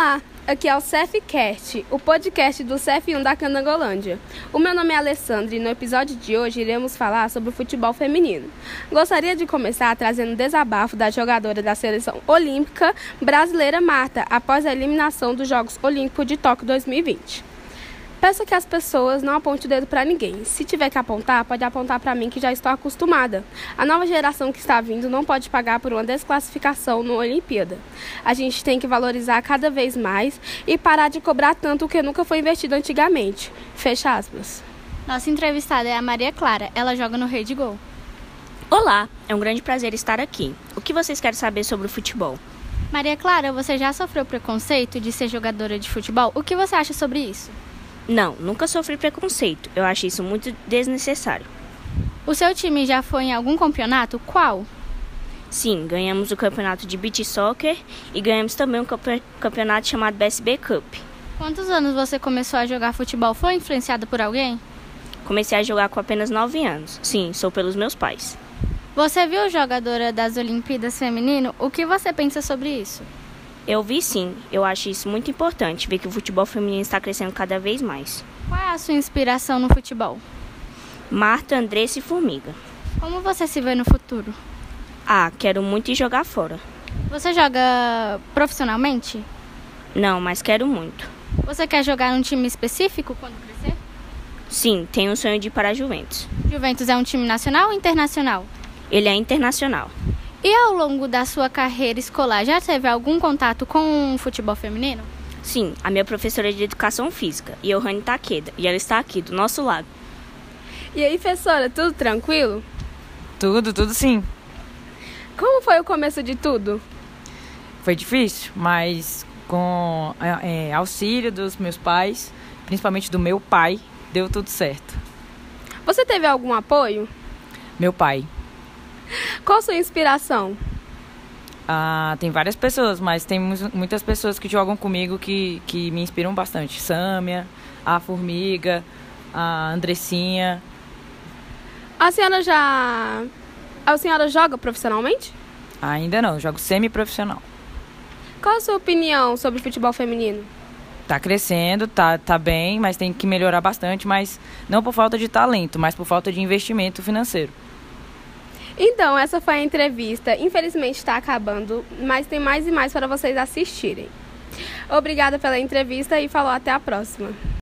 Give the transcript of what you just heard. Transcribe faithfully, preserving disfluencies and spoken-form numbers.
Olá, aqui é o CEFcast, o podcast do C F um da Canangolândia. O meu nome é Alessandra e no episódio de hoje iremos falar sobre o futebol feminino. Gostaria de começar trazendo um desabafo da jogadora da seleção olímpica brasileira Marta, após a eliminação dos Jogos Olímpicos de Tóquio dois mil e vinte. Peço que as pessoas não apontem o dedo para ninguém. Se tiver que apontar, pode apontar para mim que já estou acostumada. A nova geração que está vindo não pode pagar por uma desclassificação na Olimpíada. A gente tem que valorizar cada vez mais e parar de cobrar tanto o que nunca foi investido antigamente. Fecha aspas. Nossa entrevistada é a Maria Clara. Ela joga no Rede Gol. Olá, é um grande prazer estar aqui. O que vocês querem saber sobre o futebol? Maria Clara, você já sofreu preconceito de ser jogadora de futebol? O que você acha sobre isso? Não, nunca sofri preconceito. Eu acho isso muito desnecessário. O seu time já foi em algum campeonato? Qual? Sim, ganhamos o campeonato de beach soccer e ganhamos também um campeonato chamado B S B Cup. Quantos anos você começou a jogar futebol? Foi influenciado por alguém? Comecei a jogar com apenas nove anos. Sim, sou pelos meus pais. Você viu jogadora das Olimpíadas feminino? O que você pensa sobre isso? Eu vi sim, eu acho isso muito importante, ver que o futebol feminino está crescendo cada vez mais. Qual é a sua inspiração no futebol? Marta, Andressa e Formiga. Como você se vê no futuro? Ah, quero muito ir jogar fora. Você joga profissionalmente? Não, mas quero muito. Você quer jogar num time específico quando crescer? Sim, tenho um sonho de ir para a Juventus. Juventus é um time nacional ou internacional? Ele é internacional. E ao longo da sua carreira escolar, já teve algum contato com o futebol feminino? Sim, a minha professora de Educação Física, Johanne Takeda, e ela está aqui, do nosso lado. E aí, professora, tudo tranquilo? Tudo, tudo sim. Como foi o começo de tudo? Foi difícil, mas com é, auxílio dos meus pais, principalmente do meu pai, deu tudo certo. Você teve algum apoio? Meu pai. Qual sua inspiração? Ah, tem várias pessoas, mas tem muitas pessoas que jogam comigo que, que me inspiram bastante. Sâmia, a Formiga, a Andressinha. A senhora já... A senhora joga profissionalmente? Ainda não, jogo semi-profissional. Qual a sua opinião sobre futebol feminino? Tá crescendo, tá, tá bem, mas tem que melhorar bastante, mas não por falta de talento, mas por falta de investimento financeiro. Então, essa foi a entrevista. Infelizmente está acabando, mas tem mais e mais para vocês assistirem. Obrigada pela entrevista e falou até a próxima.